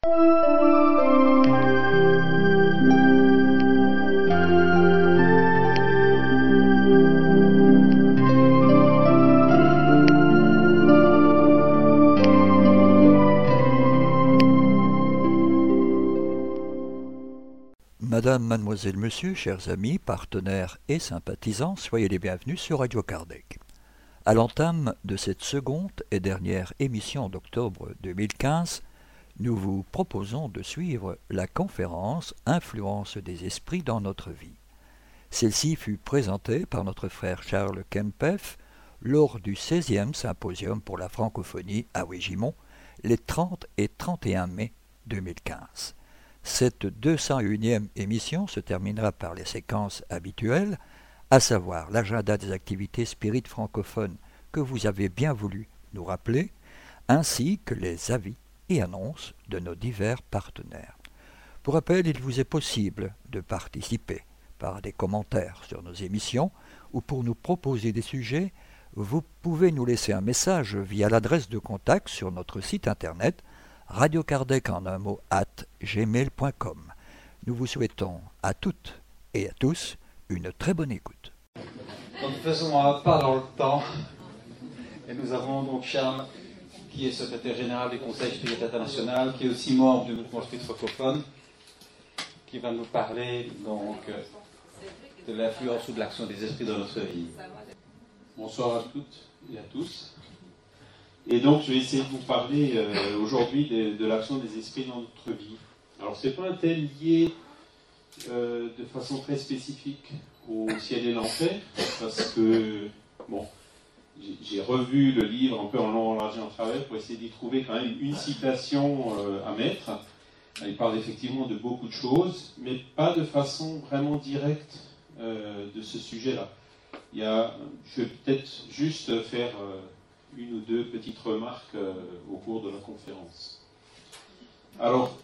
Madame, mademoiselle, monsieur, chers amis, partenaires et sympathisants, soyez les bienvenus sur Radio Kardec. À l'entame de cette seconde et dernière émission d'octobre 2015, nous vous proposons de suivre la conférence « Influence des esprits dans notre vie ». Celle-ci fut présentée par notre frère Charles Kempef lors du 16e symposium pour la francophonie à Wégimont, les 30 et 31 mai 2015. Cette 201e émission se terminera par les séquences habituelles, à savoir l'agenda des activités spirites francophones que vous avez bien voulu nous rappeler, ainsi que les avis et annonces de nos divers partenaires. Pour rappel, il vous est possible de participer par des commentaires sur nos émissions ou pour nous proposer des sujets, vous pouvez nous laisser un message via l'adresse de contact sur notre site internet radiokardec en un mot @gmail.com. Nous vous souhaitons à toutes et à tous une très bonne écoute. Donc faisons un pas dans le temps et nous avons donc Charles qui est secrétaire général du Conseil Spirit International, qui est aussi membre du mouvement Spirit francophone, qui va nous parler donc de l'influence ou de l'action des esprits dans notre vie. Bonsoir à toutes et à tous. Et donc, je vais essayer de vous parler aujourd'hui de l'action des esprits dans notre vie. Alors, ce n'est pas un thème lié de façon très spécifique au ciel et l'enfer, parce que, bon, j'ai revu le livre un peu en long, en large et en travers pour essayer d'y trouver quand même une citation à mettre. Il parle effectivement de beaucoup de choses, mais pas de façon vraiment directe de ce sujet-là. Je vais peut-être juste faire une ou deux petites remarques au cours de la conférence. Alors,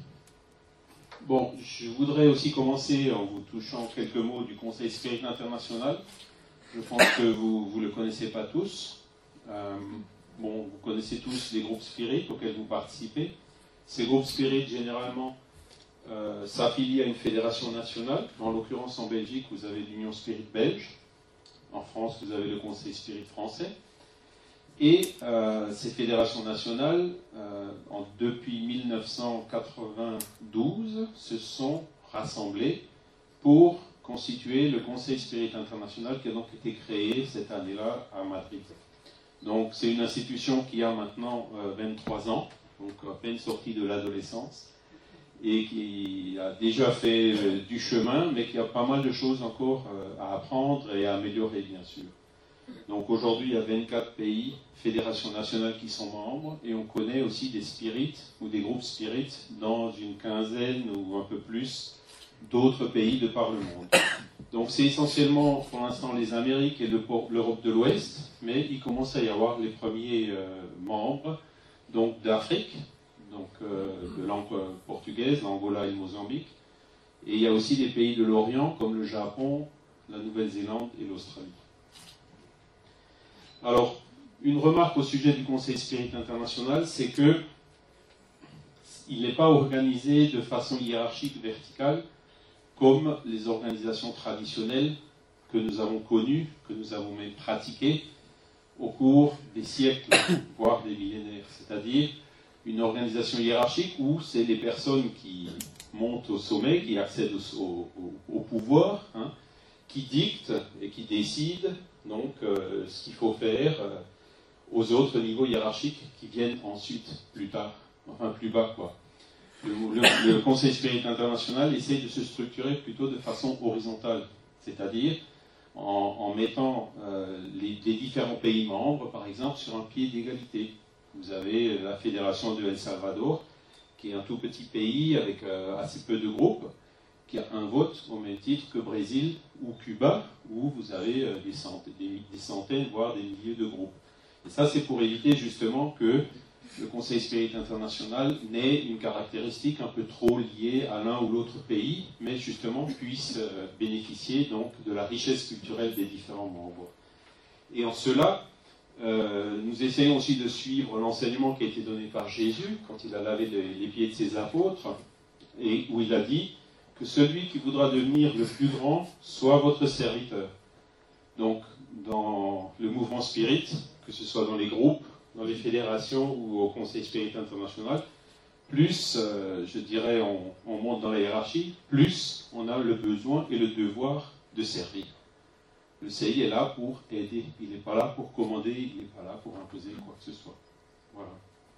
bon, je voudrais aussi commencer en vous touchant quelques mots du Conseil Spirit International. Je pense que vous ne le connaissez pas tous. Bon, vous connaissez tous les groupes spirit auxquels vous participez. Ces groupes spirit, généralement, s'affilient à une fédération nationale. En l'occurrence, en Belgique, vous avez l'Union Spirit belge. En France, vous avez le Conseil Spirit français. Et ces fédérations nationales, depuis 1992, se sont rassemblées pour constituer le Conseil Spirit International qui a donc été créé cette année-là à Madrid. Donc c'est une institution qui a maintenant 23 ans, donc à peine sortie de l'adolescence, et qui a déjà fait du chemin, mais qui a pas mal de choses encore à apprendre et à améliorer, bien sûr. Donc aujourd'hui, il y a 24 pays, fédérations nationales qui sont membres, et on connaît aussi des spirites ou des groupes spirites dans une quinzaine ou un peu plus d'autres pays de par le monde. Donc c'est essentiellement pour l'instant les Amériques et l'Europe de l'Ouest, mais il commence à y avoir les premiers membres donc d'Afrique, donc de langue portugaise, l'Angola et le Mozambique, et il y a aussi des pays de l'Orient comme le Japon, la Nouvelle-Zélande et l'Australie. Alors, une remarque au sujet du Conseil Spirit International, c'est que il n'est pas organisé de façon hiérarchique verticale comme les organisations traditionnelles que nous avons connues, que nous avons même pratiquées au cours des siècles, voire des millénaires. C'est-à-dire une organisation hiérarchique où c'est les personnes qui montent au sommet, qui accèdent au pouvoir, hein, qui dictent et qui décident donc ce qu'il faut faire aux autres niveaux hiérarchiques qui viennent ensuite, plus tard, enfin plus bas, quoi. Le Conseil Spirit International essaye de se structurer plutôt de façon horizontale, c'est-à-dire en mettant les différents pays membres, par exemple, sur un pied d'égalité. Vous avez la Fédération de El Salvador, qui est un tout petit pays avec assez peu de groupes, qui a un vote au même titre que Brésil ou Cuba, où vous avez des centaines, voire des milliers de groupes. Et ça, c'est pour éviter justement que le Conseil Spirit International n'ait une caractéristique un peu trop liée à l'un ou l'autre pays, mais justement puisse bénéficier donc de la richesse culturelle des différents membres. Et en cela, Nous essayons aussi de suivre l'enseignement qui a été donné par Jésus quand il a lavé les pieds de ses apôtres, et où il a dit que celui qui voudra devenir le plus grand soit votre serviteur. Donc, dans le mouvement spirit, que ce soit dans les groupes, dans les fédérations ou au Conseil Spirit International, plus, je dirais, on monte dans la hiérarchie, plus on a le besoin et le devoir de servir. Le CI est là pour aider, il n'est pas là pour commander, il n'est pas là pour imposer quoi que ce soit. Voilà.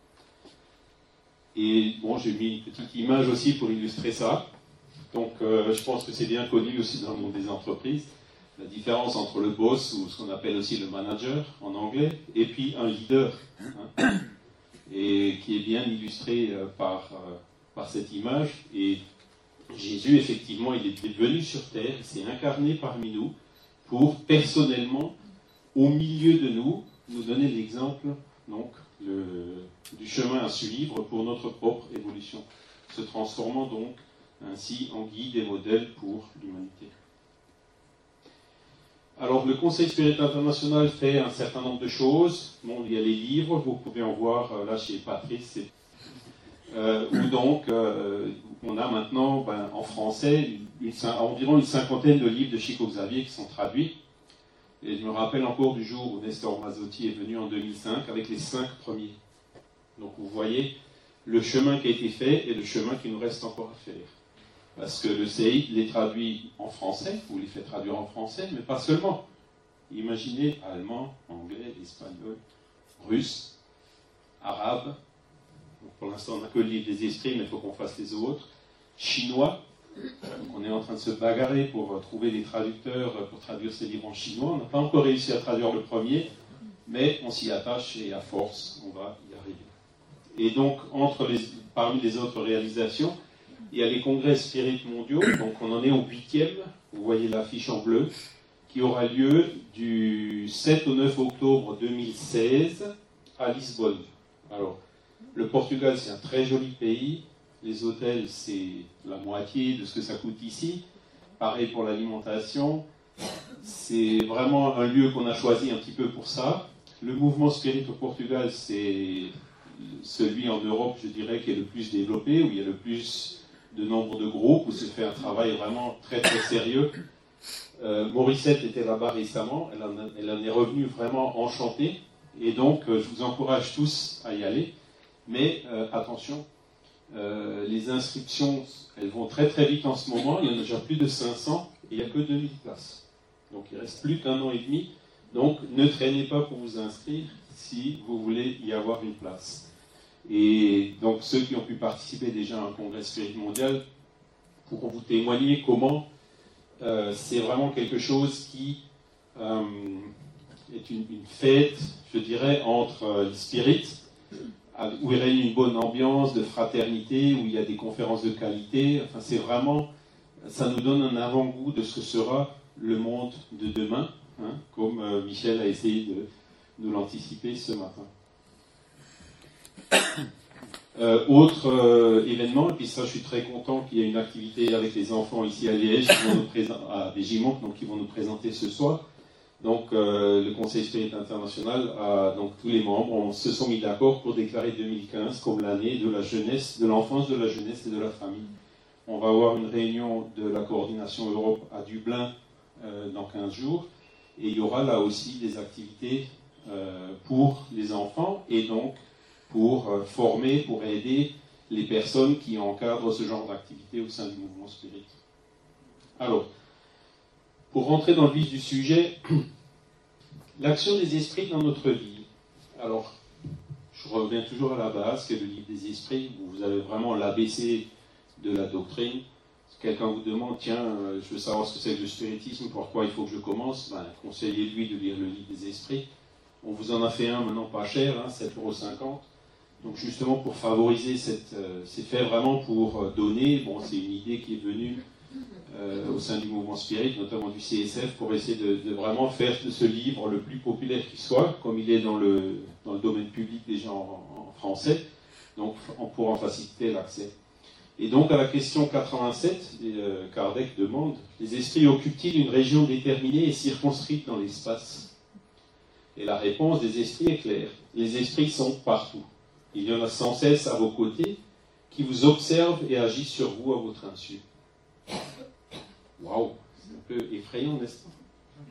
Et bon, j'ai mis une petite image aussi pour illustrer ça. Donc, je pense que c'est bien connu aussi dans le monde des entreprises, la différence entre le boss, ou ce qu'on appelle aussi le manager en anglais, et puis un leader, hein, et qui est bien illustré par cette image. Et Jésus, effectivement, il est venu sur terre, il s'est incarné parmi nous, pour personnellement, au milieu de nous, nous donner l'exemple donc du chemin à suivre pour notre propre évolution, se transformant donc ainsi en guide et modèle pour l'humanité. Alors, le Conseil Spirit International fait un certain nombre de choses. Bon, il y a les livres, vous pouvez en voir là chez Patrice, où donc on a maintenant en français environ une cinquantaine de livres de Chico Xavier qui sont traduits. Et je me rappelle encore du jour où Nestor Mazzotti est venu en 2005 avec les 5 premiers. Donc vous voyez le chemin qui a été fait et le chemin qui nous reste encore à faire. Parce que le CI les traduit en français, ou les fait traduire en français, mais pas seulement. Imaginez allemand, anglais, espagnol, russe, arabe. Donc pour l'instant, on n'a que le livre des esprits, mais il faut qu'on fasse les autres. Chinois. Donc on est en train de se bagarrer pour trouver des traducteurs pour traduire ces livres en chinois. On n'a pas encore réussi à traduire le premier, mais on s'y attache et à force, on va y arriver. Et donc, parmi les autres réalisations, il y a les congrès spirites mondiaux, donc on en est au 8e, vous voyez l'affiche en bleu, qui aura lieu du 7 au 9 octobre 2016 à Lisbonne. Alors, le Portugal, c'est un très joli pays, les hôtels, c'est la moitié de ce que ça coûte ici, pareil pour l'alimentation, c'est vraiment un lieu qu'on a choisi un petit peu pour ça. Le mouvement spirit au Portugal, c'est celui en Europe, je dirais, qui est le plus développé, où il y a le plus de nombre de groupes, où se fait un travail vraiment très très sérieux. Morissette était là-bas récemment, elle en est revenue vraiment enchantée, et donc je vous encourage tous à y aller, mais attention, les inscriptions, elles vont très très vite en ce moment, il y en a déjà plus de 500, et il n'y a que 2000 places. Donc il reste plus qu'1 an et demi, donc ne traînez pas pour vous inscrire si vous voulez y avoir une place. Et donc ceux qui ont pu participer déjà à un congrès spirit mondial pourront vous témoigner comment c'est vraiment quelque chose qui est une fête, je dirais, entre les spirites, où il règne une bonne ambiance de fraternité, où il y a des conférences de qualité. Enfin, c'est vraiment, ça nous donne un avant-goût de ce que sera le monde de demain, hein, comme Michel a essayé de nous l'anticiper ce matin. Autre événement, et puis ça je suis très content qu'il y ait une activité avec les enfants ici à Liège, à Végimont, donc qui vont nous présenter ce soir. Donc le Conseil Spirit International, donc tous les membres se sont mis d'accord pour déclarer 2015 comme l'année de la jeunesse, de l'enfance, de la jeunesse et de la famille. On va avoir une réunion de la coordination Europe à Dublin dans 15 jours, et il y aura là aussi des activités pour les enfants, et donc pour former, pour aider les personnes qui encadrent ce genre d'activité au sein du mouvement spirit. Alors, pour rentrer dans le vif du sujet, l'action des esprits dans notre vie. Alors, je reviens toujours à la base, qui est le livre des esprits, où vous avez vraiment l'ABC de la doctrine. Si quelqu'un vous demande, tiens, je veux savoir ce que c'est que le spiritisme, pourquoi il faut que je commence, conseillez-lui de lire le livre des esprits. On vous en a fait un maintenant pas cher, hein, 7,50 €. Donc justement pour favoriser c'est fait vraiment pour donner, bon c'est une idée qui est venue au sein du mouvement spirit, notamment du CSF, pour essayer de vraiment faire de ce livre le plus populaire qui soit, comme il est dans le domaine public déjà en français, donc pour en faciliter l'accès. Et donc à la question 87, Kardec demande, les esprits occupent-ils une région déterminée et circonscrite dans l'espace? Et la réponse des esprits est claire. Les esprits sont partout. Il y en a sans cesse à vos côtés qui vous observent et agissent sur vous à votre insu. Waouh, c'est un peu effrayant, n'est-ce pas?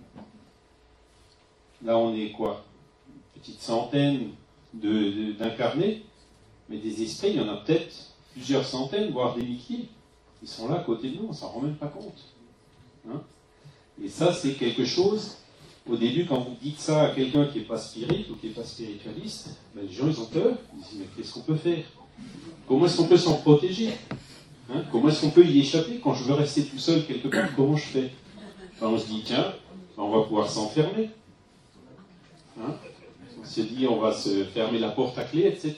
Là, on est quoi? Une petite centaine d'incarnés, mais des esprits, il y en a peut-être plusieurs centaines, voire des milliers. Ils sont là à côté de nous, on ne s'en rend même pas compte. Hein? Et ça, c'est quelque chose, au début, quand vous dites ça à quelqu'un qui n'est pas spirit ou qui n'est pas spiritualiste, ben, les gens, ils ont peur. Ils disent, mais qu'est-ce qu'on peut faire? Comment est-ce qu'on peut s'en protéger? Hein? Comment est-ce qu'on peut y échapper? Quand je veux rester tout seul quelque part, comment je fais? Ben, on se dit, tiens, ben, on va pouvoir s'enfermer. Hein? On se dit, on va se fermer la porte à clé, etc.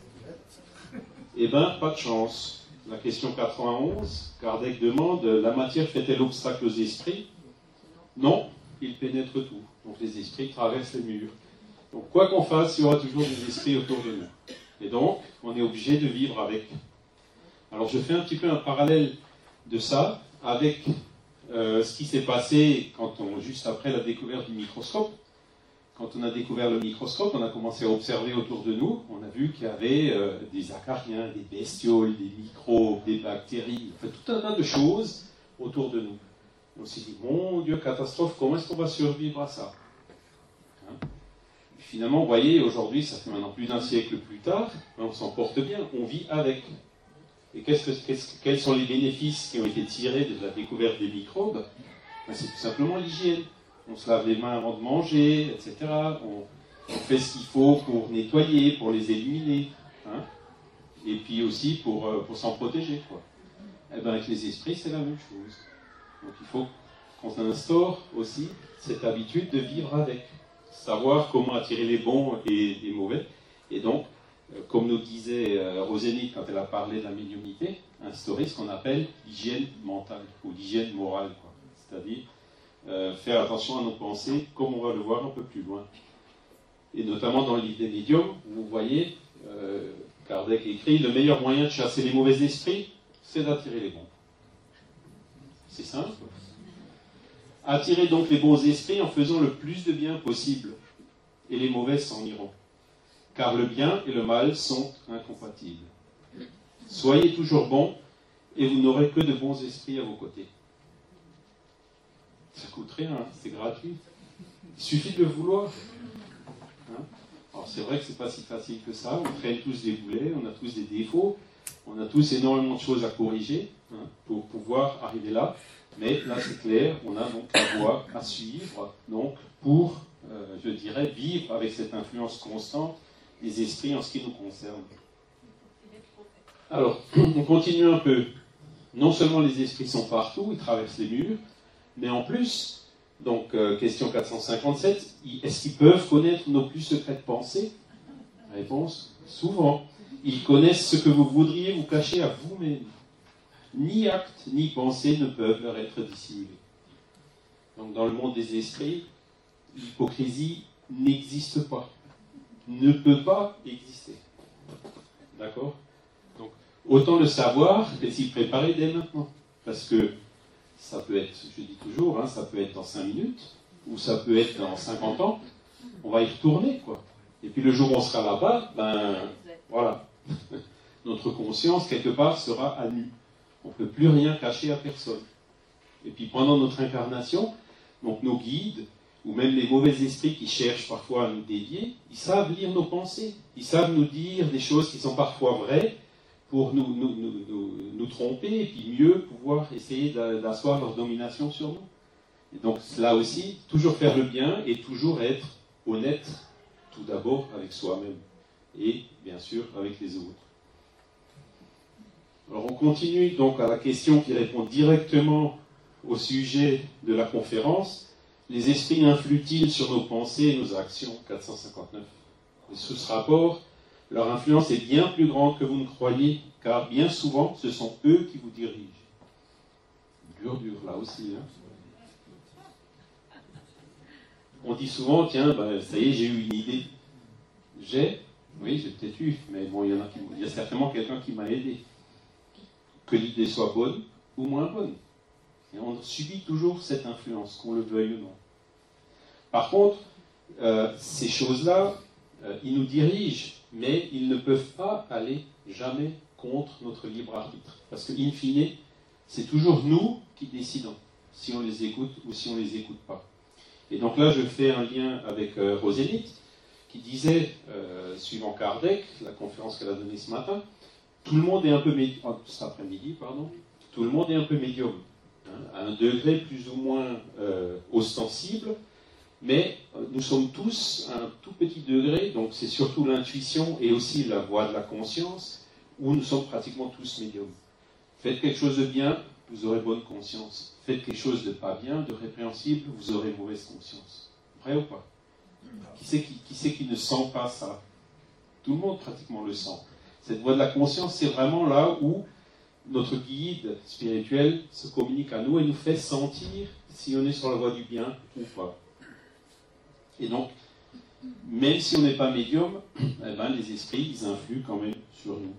Eh bien, pas de chance. La question 91, Kardec demande, la matière fait-elle obstacle aux esprits? Non, ils pénètrent tout. Donc les esprits traversent les murs. Donc quoi qu'on fasse, il y aura toujours des esprits autour de nous. Et donc, on est obligé de vivre avec. Alors je fais un petit peu un parallèle de ça avec ce qui s'est passé juste après la découverte du microscope. Quand on a découvert le microscope, on a commencé à observer autour de nous. On a vu qu'il y avait des acariens, des bestioles, des microbes, des bactéries, enfin, tout un tas de choses autour de nous. On s'est dit, mon Dieu, catastrophe, comment est-ce qu'on va survivre à ça? Hein? Finalement, vous voyez, aujourd'hui, ça fait maintenant plus d'un siècle plus tard, on s'en porte bien, on vit avec. Et quels sont les bénéfices qui ont été tirés de la découverte des microbes? Ben, c'est tout simplement l'hygiène. On se lave les mains avant de manger, etc. On fait ce qu'il faut pour nettoyer, pour les éliminer. Hein? Et puis aussi pour s'en protéger. Quoi. Et bien avec les esprits, c'est la même chose. Donc il faut qu'on instaure aussi cette habitude de vivre avec. Savoir comment attirer les bons et les mauvais. Et donc, comme nous disait Rosénique quand elle a parlé de la médiumnité, instaurer ce qu'on appelle l'hygiène mentale ou l'hygiène morale. C'est-à-dire faire attention à nos pensées, comme on va le voir un peu plus loin. Et notamment dans le livre des médiums, vous voyez, Kardec écrit, le meilleur moyen de chasser les mauvais esprits, c'est d'attirer les bons. C'est simple. Attirez donc les bons esprits en faisant le plus de bien possible, et les mauvais s'en iront. Car le bien et le mal sont incompatibles. Soyez toujours bons, et vous n'aurez que de bons esprits à vos côtés. Ça coûte rien, hein, c'est gratuit. Il suffit de le vouloir. Hein? Alors c'est vrai que c'est pas si facile que ça. On traîne tous des boulets, on a tous des défauts, on a tous énormément de choses à corriger hein, pour pouvoir arriver là. Mais là c'est clair, on a donc la voie à suivre donc pour, je dirais, vivre avec cette influence constante des esprits en ce qui nous concerne. Alors, on continue un peu. Non seulement les esprits sont partout, ils traversent les murs, mais en plus, donc question 457, est-ce qu'ils peuvent connaître nos plus secrètes pensées? Réponse, souvent. Ils connaissent ce que vous voudriez vous cacher à vous-même. Ni acte, ni pensée ne peuvent leur être dissimulés. Donc dans le monde des esprits, l'hypocrisie n'existe pas. Ne peut pas exister. D'accord? Donc, autant le savoir et s'y préparer dès maintenant. Parce que ça peut être, je dis toujours, hein, ça peut être dans 5 minutes, ou ça peut être dans 50 ans, on va y retourner, quoi. Et puis le jour où on sera là-bas, ben, voilà. Notre conscience, quelque part, sera à nu. On ne peut plus rien cacher à personne. Et puis pendant notre incarnation, donc nos guides, ou même les mauvais esprits qui cherchent parfois à nous dévier, ils savent lire nos pensées. Ils savent nous dire des choses qui sont parfois vraies, pour nous tromper et puis mieux pouvoir essayer d'asseoir leur domination sur nous. Et donc là aussi, toujours faire le bien et toujours être honnête, tout d'abord avec soi-même et bien sûr avec les autres. Alors on continue donc à la question qui répond directement au sujet de la conférence. Les esprits influent-ils sur nos pensées et nos actions? 459. Et sous ce rapport, leur influence est bien plus grande que vous ne croyez, car bien souvent, ce sont eux qui vous dirigent. Dur, là aussi. Hein. On dit souvent, tiens, ben, ça y est, j'ai eu une idée. Oui, j'ai peut-être eu, mais bon, il y a certainement quelqu'un qui m'a aidé. Que l'idée soit bonne ou moins bonne. Et on subit toujours cette influence, qu'on le veuille ou non. Par contre, ces choses-là, ils nous dirigent, mais ils ne peuvent pas aller jamais contre notre libre arbitre. Parce que, in fine, c'est toujours nous qui décidons si on les écoute ou si on ne les écoute pas. Et donc là, je fais un lien avec Rosénith, qui disait, suivant Kardec, la conférence qu'elle a donnée ce matin, tout le monde est un peu cet après-midi, pardon, tout le monde est un peu médium, hein, à un degré plus ou moins ostensible, mais nous sommes tous à un tout petit degré, donc c'est surtout l'intuition et aussi la voix de la conscience, où nous sommes pratiquement tous médiums. Faites quelque chose de bien, vous aurez bonne conscience. Faites quelque chose de pas bien, de répréhensible, vous aurez mauvaise conscience. Vrai ou pas? Qui c'est qui ne sent pas ça? Tout le monde pratiquement le sent. Cette voie de la conscience, c'est vraiment là où notre guide spirituel se communique à nous et nous fait sentir si on est sur la voie du bien ou pas. Et donc, même si on n'est pas médium, eh ben, les esprits, ils influent quand même sur nous.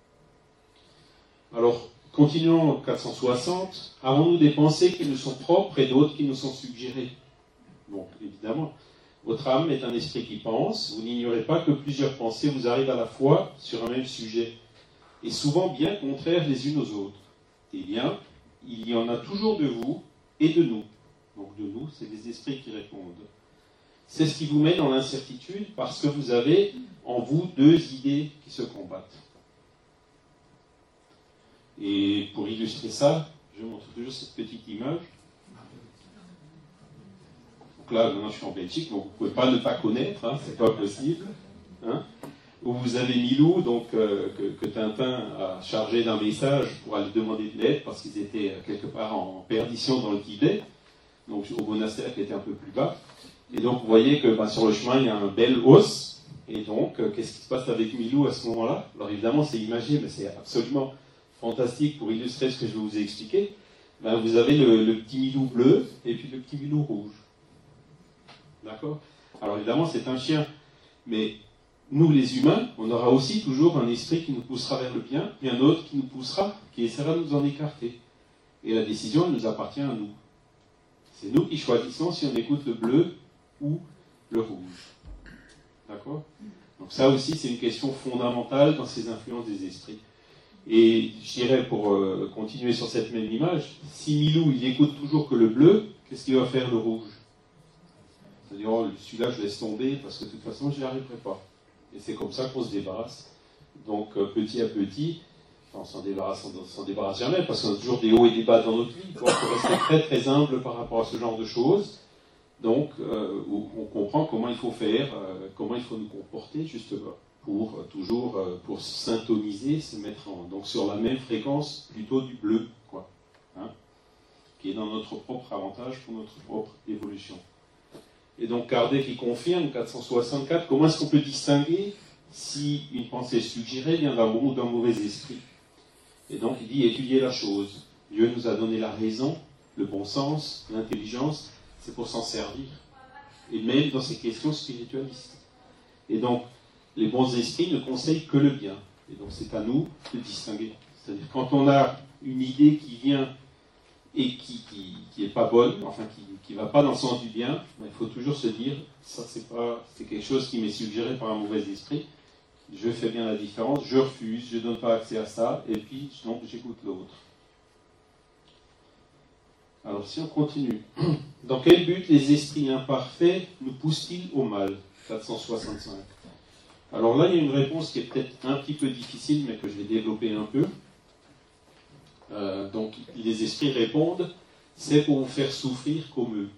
Alors, continuons au 460. Avons-nous des pensées qui nous sont propres et d'autres qui nous sont suggérées? Donc, évidemment, votre âme est un esprit qui pense. Vous n'ignorez pas que plusieurs pensées vous arrivent à la fois sur un même sujet, et souvent bien contraires les unes aux autres. Eh bien, il y en a toujours de vous et de nous. Donc de nous, c'est les esprits qui répondent. C'est ce qui vous met dans l'incertitude parce que vous avez en vous deux idées qui se combattent. Et pour illustrer ça, je montre toujours cette petite image. Donc là, maintenant je suis en Belgique, donc vous ne pouvez pas ne pas connaître, hein, c'est pas possible. Hein, où vous avez Milou, donc, que Tintin a chargé d'un message pour aller demander de l'aide parce qu'ils étaient quelque part en perdition dans le Tibet, donc au monastère qui était un peu plus bas. Et donc vous voyez que sur le chemin il y a un bel os, et donc qu'est-ce qui se passe avec Milou à ce moment-là? Alors évidemment c'est imagé, mais c'est absolument fantastique pour illustrer ce que je vais vous expliquer. Vous avez le petit Milou bleu et puis le petit Milou rouge. D'accord? Alors évidemment c'est un chien, mais nous les humains, on aura aussi toujours un esprit qui nous poussera vers le bien, et un autre qui nous poussera, qui essaiera de nous en écarter. Et la décision, elle nous appartient à nous. C'est nous qui choisissons si on écoute le bleu ou le rouge. D'accord? Donc ça aussi, c'est une question fondamentale dans ces influences des esprits. Et je dirais, pour continuer sur cette même image, si Milou, il écoute toujours que le bleu, qu'est-ce qu'il va faire le rouge? C'est-à-dire, oh, celui-là, je laisse tomber, parce que de toute façon, je n'y arriverai pas. Et c'est comme ça qu'on se débarrasse. Donc, petit à petit, on s'en débarrasse jamais, parce qu'on a toujours des hauts et des bas dans notre vie. Donc, on reste très très humble par rapport à ce genre de choses. Donc, on comprend comment il faut faire, comment il faut nous comporter, justement, pour toujours pour syntoniser, se mettre donc sur la même fréquence, plutôt du bleu, quoi, hein, qui est dans notre propre avantage pour notre propre évolution. Et donc Kardec il confirme, 464, comment est-ce qu'on peut distinguer si une pensée suggérée vient d'un bon ou d'un mauvais esprit? Et donc il dit, étudiez la chose. Dieu nous a donné la raison, le bon sens, l'intelligence, c'est pour s'en servir. Et même dans ces questions spiritualistes. Et donc, les bons esprits ne conseillent que le bien. Et donc c'est à nous de distinguer. C'est-à-dire quand on a une idée qui vient et qui est pas bonne, enfin qui va pas dans le sens du bien, il faut toujours se dire, ça c'est quelque chose qui m'est suggéré par un mauvais esprit, je fais bien la différence, je refuse, je donne pas accès à ça, et puis donc j'écoute l'autre. Alors si on continue, dans quel but les esprits imparfaits nous poussent-ils au mal? 465. Alors là il y a une réponse qui est peut-être un petit peu difficile, mais que je vais développer un peu. Donc les esprits répondent, c'est pour vous faire souffrir comme eux.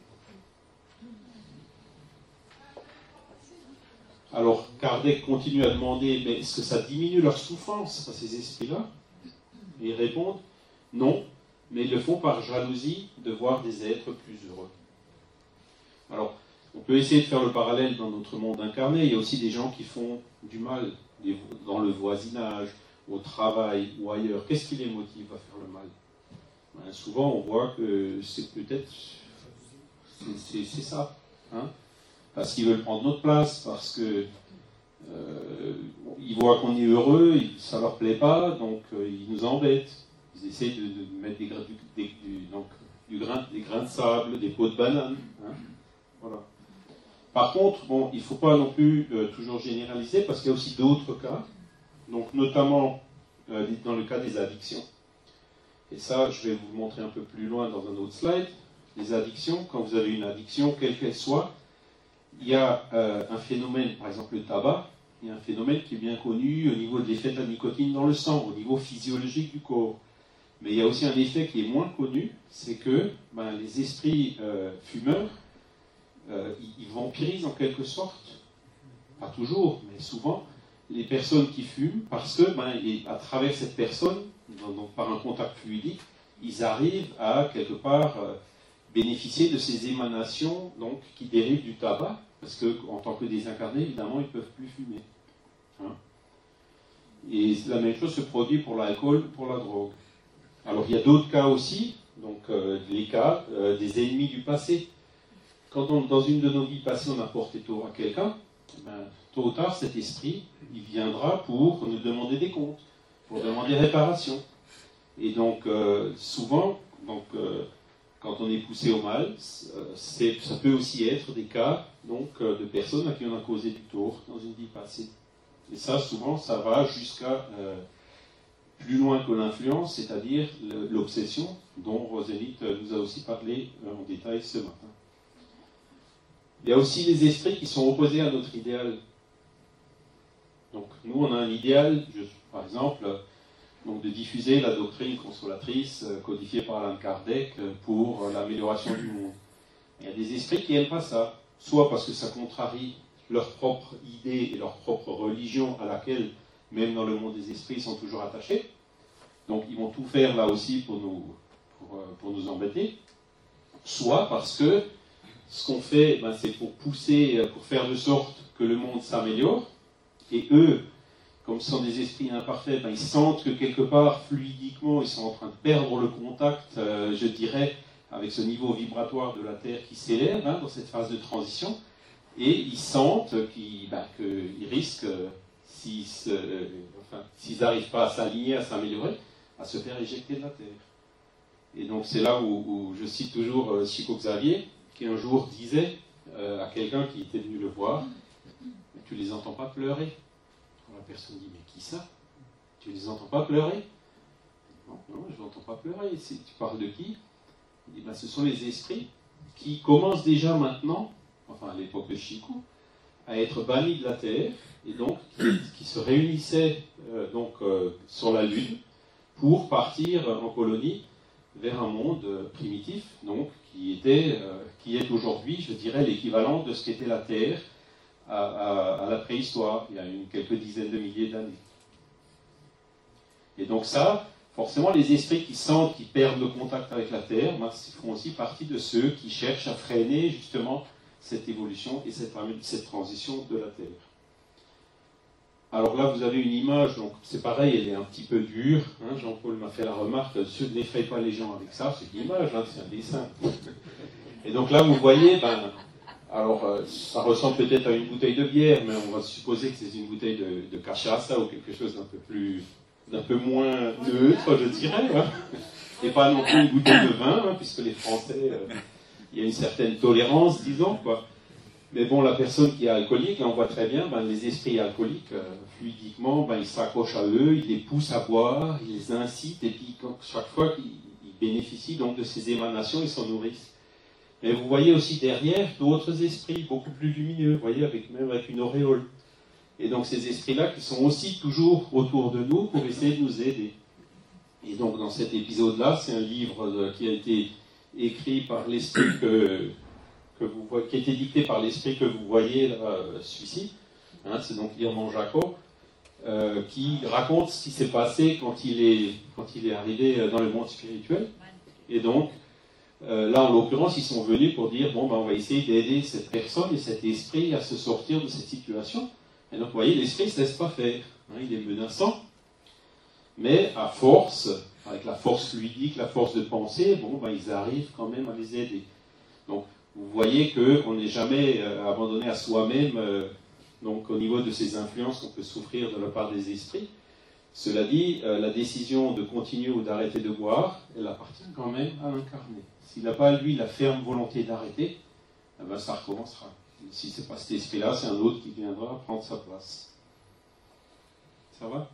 Alors Kardec continue à demander, mais est-ce que ça diminue leur souffrance à ces esprits-là? Et ils répondent, non, mais ils le font par jalousie de voir des êtres plus heureux. Alors, on peut essayer de faire le parallèle dans notre monde incarné, il y a aussi des gens qui font du mal dans le voisinage, au travail ou ailleurs. Qu'est-ce qui les motive à faire le mal? Souvent on voit que c'est peut-être c'est ça, hein, parce qu'ils veulent prendre notre place, parce que ils voient qu'on est heureux, ça leur plaît pas, donc ils nous embêtent. Ils essaient de mettre des grains de sable, des pots de banane, hein, voilà. Par contre, bon, il ne faut pas non plus toujours généraliser, parce qu'il y a aussi d'autres cas, donc notamment dans le cas des addictions. Et ça, je vais vous le montrer un peu plus loin dans un autre slide. Les addictions, quand vous avez une addiction, quelle qu'elle soit, il y a un phénomène, par exemple le tabac, il y a un phénomène qui est bien connu au niveau de l'effet de la nicotine dans le sang, au niveau physiologique du corps. Mais il y a aussi un effet qui est moins connu, c'est que les esprits fumeurs, ils vampirisent en quelque sorte, pas toujours, mais souvent, les personnes qui fument, parce que à travers cette personne, donc par un contact fluidique, ils arrivent à quelque part bénéficier de ces émanations donc, qui dérivent du tabac, parce qu'en tant que désincarnés, évidemment, ils ne peuvent plus fumer. Hein. Et la même chose se produit pour l'alcool, pour la drogue. Alors il y a d'autres cas aussi, donc les cas des ennemis du passé. Quand dans une de nos vies passées, on a porté tort à quelqu'un, tôt ou tard, cet esprit, il viendra pour nous demander des comptes, pour demander réparation. Et donc, souvent, quand on est poussé au mal, ça peut aussi être des cas de personnes à qui on a causé du tort dans une vie passée. Et ça, souvent, ça va jusqu'à plus loin que l'influence, c'est-à-dire l'obsession, dont Rosénith nous a aussi parlé en détail ce matin. Il y a aussi les esprits qui sont opposés à notre idéal. Donc, nous, on a un idéal, par exemple, de diffuser la doctrine consolatrice codifiée par Allan Kardec pour l'amélioration du monde. Il y a des esprits qui n'aiment pas ça, soit parce que ça contrarie leur propre idée et leur propre religion à laquelle, même dans le monde des esprits, ils sont toujours attachés. Donc, ils vont tout faire là aussi pour nous embêter. Soit parce que ce qu'on fait, c'est pour pousser, pour faire de sorte que le monde s'améliore. Et eux, comme ce sont des esprits imparfaits, ils sentent que quelque part, fluidiquement, ils sont en train de perdre le contact, je dirais, avec ce niveau vibratoire de la Terre qui s'élève dans cette phase de transition. Et ils sentent qu'ils risquent, s'ils n'arrivent pas à s'aligner, à s'améliorer, à se faire éjecter de la Terre. Et donc c'est là où je cite toujours Chico Xavier, qui un jour disait à quelqu'un qui était venu le voir, « Tu ne les entends pas pleurer ?» Alors la personne dit, « Mais qui ça? Tu ne les entends pas pleurer ?» Non, je ne l'entends pas pleurer. Tu parles de qui? Il dit, ce sont les esprits qui commencent déjà maintenant, enfin à l'époque de Chico, à être bannis de la Terre, et donc qui se réunissaient sur la Lune pour partir en colonie vers un monde primitif, donc qui est aujourd'hui, je dirais, l'équivalent de ce qu'était la Terre à la préhistoire, il y a quelques dizaines de milliers d'années. Et donc ça, forcément, les esprits qui sentent qu'ils perdent le contact avec la Terre, font aussi partie de ceux qui cherchent à freiner justement cette évolution et cette transition de la Terre. Alors là, vous avez une image, donc c'est pareil, elle est un petit peu dure. Jean-Paul m'a fait la remarque, n'effraie pas les gens avec ça, c'est une image, c'est un dessin. Et donc là, vous voyez, ça ressemble peut-être à une bouteille de bière, mais on va supposer que c'est une bouteille de cachaça ou quelque chose d'un peu moins neutre, je dirais. Et pas non plus une bouteille de vin, puisque les Français, il y a une certaine tolérance, disons, quoi. Mais bon, la personne qui est alcoolique, là on voit très bien, les esprits alcooliques, fluidiquement, ils s'accrochent à eux, ils les poussent à boire, ils les incitent, et puis chaque fois qu'ils bénéficient donc de ces émanations, ils s'en nourrissent. Mais vous voyez aussi derrière d'autres esprits, beaucoup plus lumineux, vous voyez, même avec une auréole. Et donc ces esprits-là qui sont aussi toujours autour de nous pour essayer de nous aider. Et donc dans cet épisode-là, c'est un livre qui a été écrit par l'esprit qui a été dicté par l'esprit que vous voyez là, celui-ci, c'est donc Irmand Jacob, qui raconte ce qui s'est passé quand il est arrivé dans le monde spirituel. Et donc, là en l'occurrence, ils sont venus pour dire, on va essayer d'aider cette personne et cet esprit à se sortir de cette situation. Et donc, vous voyez, l'esprit ne se laisse pas faire. Il est menaçant, mais à force, avec la force fluidique, la force de pensée, ils arrivent quand même à les aider. Donc, vous voyez qu'on n'est jamais abandonné à soi-même, donc au niveau de ces influences qu'on peut souffrir de la part des esprits. Cela dit, la décision de continuer ou d'arrêter de boire, elle appartient quand même à l'incarné. S'il n'a pas, lui, la ferme volonté d'arrêter, ça recommencera. Si ce n'est pas cet esprit-là, c'est un autre qui viendra prendre sa place. Ça va?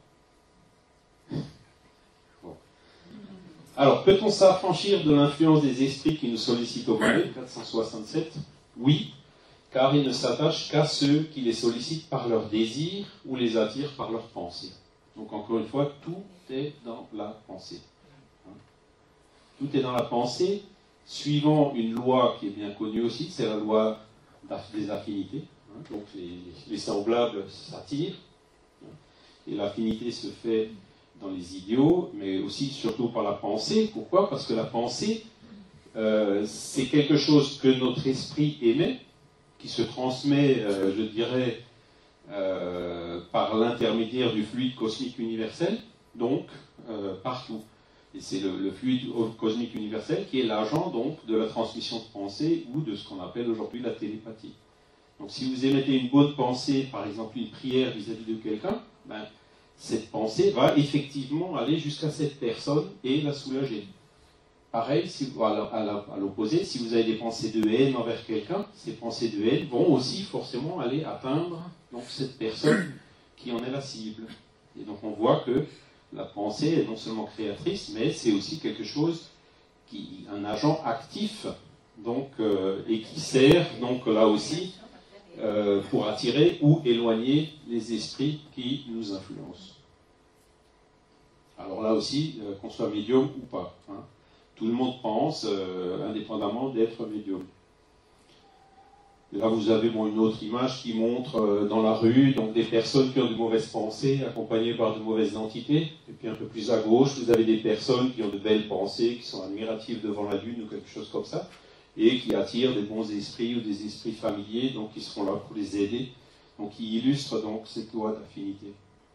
Bon. Alors, peut-on s'affranchir de l'influence des esprits qui nous sollicitent au palais, 467? Oui, car ils ne s'attachent qu'à ceux qui les sollicitent par leurs désirs ou les attirent par leurs pensées. Donc, encore une fois, tout est dans la pensée. Tout est dans la pensée, suivant une loi qui est bien connue aussi, c'est la loi des affinités. Donc, les semblables s'attirent. Et l'affinité se fait dans les idéaux, mais aussi surtout par la pensée. Pourquoi? Parce que la pensée, c'est quelque chose que notre esprit émet, qui se transmet, je dirais, par l'intermédiaire du fluide cosmique universel, donc partout. Et c'est le fluide cosmique universel qui est l'agent donc de la transmission de pensée ou de ce qu'on appelle aujourd'hui la télépathie. Donc si vous émettez une bonne pensée, par exemple une prière vis-à-vis de quelqu'un, ben, cette pensée va effectivement aller jusqu'à cette personne et la soulager. Pareil, à l'opposé, si vous avez des pensées de haine envers quelqu'un, ces pensées de haine vont aussi forcément aller atteindre donc, cette personne qui en est la cible. Et donc on voit que la pensée est non seulement créatrice, mais c'est aussi quelque chose un agent actif, donc, et qui sert donc là aussi pour attirer ou éloigner les esprits qui nous influencent. Alors là aussi, qu'on soit médium ou pas. Hein. Tout le monde pense, indépendamment d'être médium. Et là, vous avez une autre image qui montre dans la rue donc des personnes qui ont de mauvaises pensées, accompagnées par de mauvaises entités. Et puis un peu plus à gauche, vous avez des personnes qui ont de belles pensées, qui sont admiratives devant la lune ou quelque chose comme ça, et qui attirent des bons esprits ou des esprits familiers, donc qui seront là pour les aider. Donc qui illustrent donc cette loi d'affinité.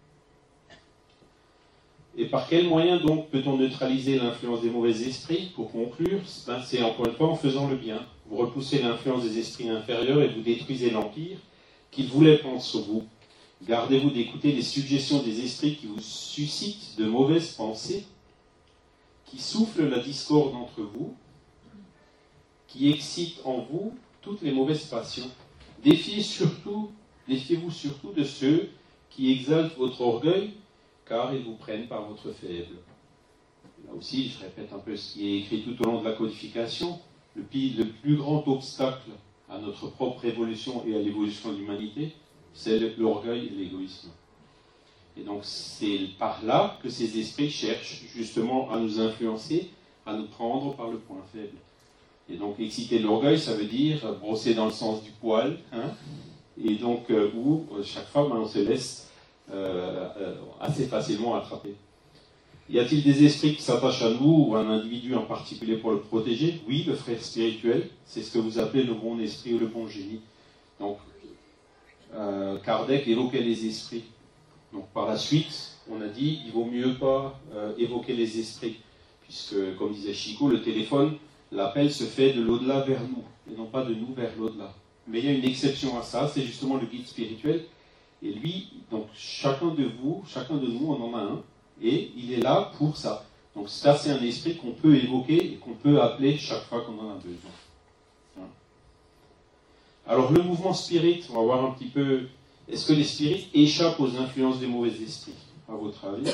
Et par quel moyen donc peut-on neutraliser l'influence des mauvais esprits? Pour conclure, c'est encore une fois en faisant le bien. Vous repoussez l'influence des esprits inférieurs et vous détruisez l'empire qu'ils voulaient prendre sur vous. Gardez-vous d'écouter les suggestions des esprits qui vous suscitent de mauvaises pensées, qui soufflent la discorde entre vous, qui excitent en vous toutes les mauvaises passions. Défiez-vous surtout de ceux qui exaltent votre orgueil, car ils vous prennent par votre faible. Là aussi, je répète un peu ce qui est écrit tout au long de la codification. Le plus grand obstacle à notre propre évolution et à l'évolution de l'humanité, c'est l'orgueil et l'égoïsme. Et donc, c'est par là que ces esprits cherchent justement à nous influencer, à nous prendre par le point faible. Et donc, exciter l'orgueil, ça veut dire brosser dans le sens du poil, hein, et donc, où chaque fois, on se laisse assez facilement attraper. Y a-t-il des esprits qui s'attachent à nous ou à un individu en particulier pour le protéger? Oui, le frère spirituel, c'est ce que vous appelez le bon esprit ou le bon génie. Donc, Kardec évoquait les esprits. Donc, par la suite, on a dit il vaut mieux pas évoquer les esprits, puisque, comme disait Chico, le téléphone, l'appel se fait de l'au-delà vers nous, et non pas de nous vers l'au-delà. Mais il y a une exception à ça, c'est justement le guide spirituel. Et lui, donc chacun de nous, on en a un, et il est là pour ça. Donc ça, c'est un esprit qu'on peut évoquer et qu'on peut appeler chaque fois qu'on en a besoin. Alors le mouvement spirit, on va voir un petit peu, est-ce que les spirites échappent aux influences des mauvais esprits, à votre avis?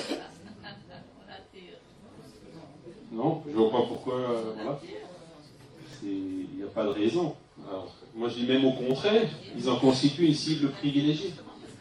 Non, je ne vois pas pourquoi, voilà. Il n'y a pas de raison. Alors, moi je dis même au contraire, ils en constituent une cible privilégiée.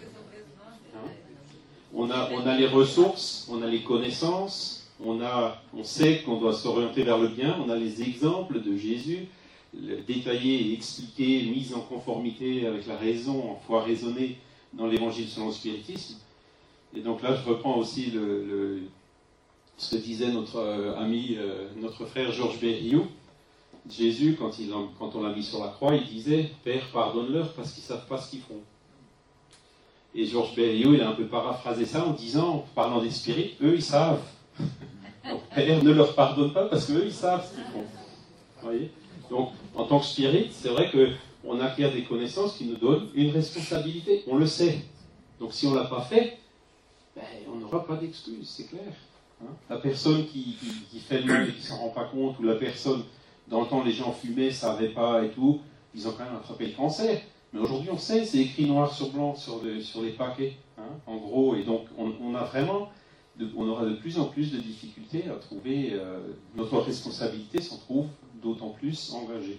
On a les ressources, on a les connaissances, on sait qu'on doit s'orienter vers le bien, on a les exemples de Jésus, détaillés et expliqués, mis en conformité avec la raison, en foi raisonnée dans l'évangile selon le spiritisme. Et donc là, je reprends aussi ce que disait notre ami, notre frère Georges Berriou. Jésus, quand on l'a mis sur la croix, il disait « Père, pardonne-leur parce qu'ils ne savent pas ce qu'ils font ». Et Georges Berriot, il a un peu paraphrasé ça en disant, en parlant des spirites, eux, ils savent. Donc, Père ne leur pardonne pas parce qu'eux, ils savent ce qu'ils font. Vous voyez? Donc, en tant que spirit, c'est vrai qu'on acquiert des connaissances qui nous donnent une responsabilité. On le sait. Donc, si on ne l'a pas fait, ben, on n'aura pas d'excuse, c'est clair. Hein? La personne qui fait le mal et qui ne s'en rend pas compte, ou la personne, dans le temps, les gens fumaient, ne savaient pas et tout, ils ont quand même attrapé le cancer. Mais aujourd'hui, on sait, c'est écrit noir sur blanc sur les paquets, hein, en gros, et donc on aura de plus en plus de difficultés à trouver, notre responsabilité s'en trouve d'autant plus engagée.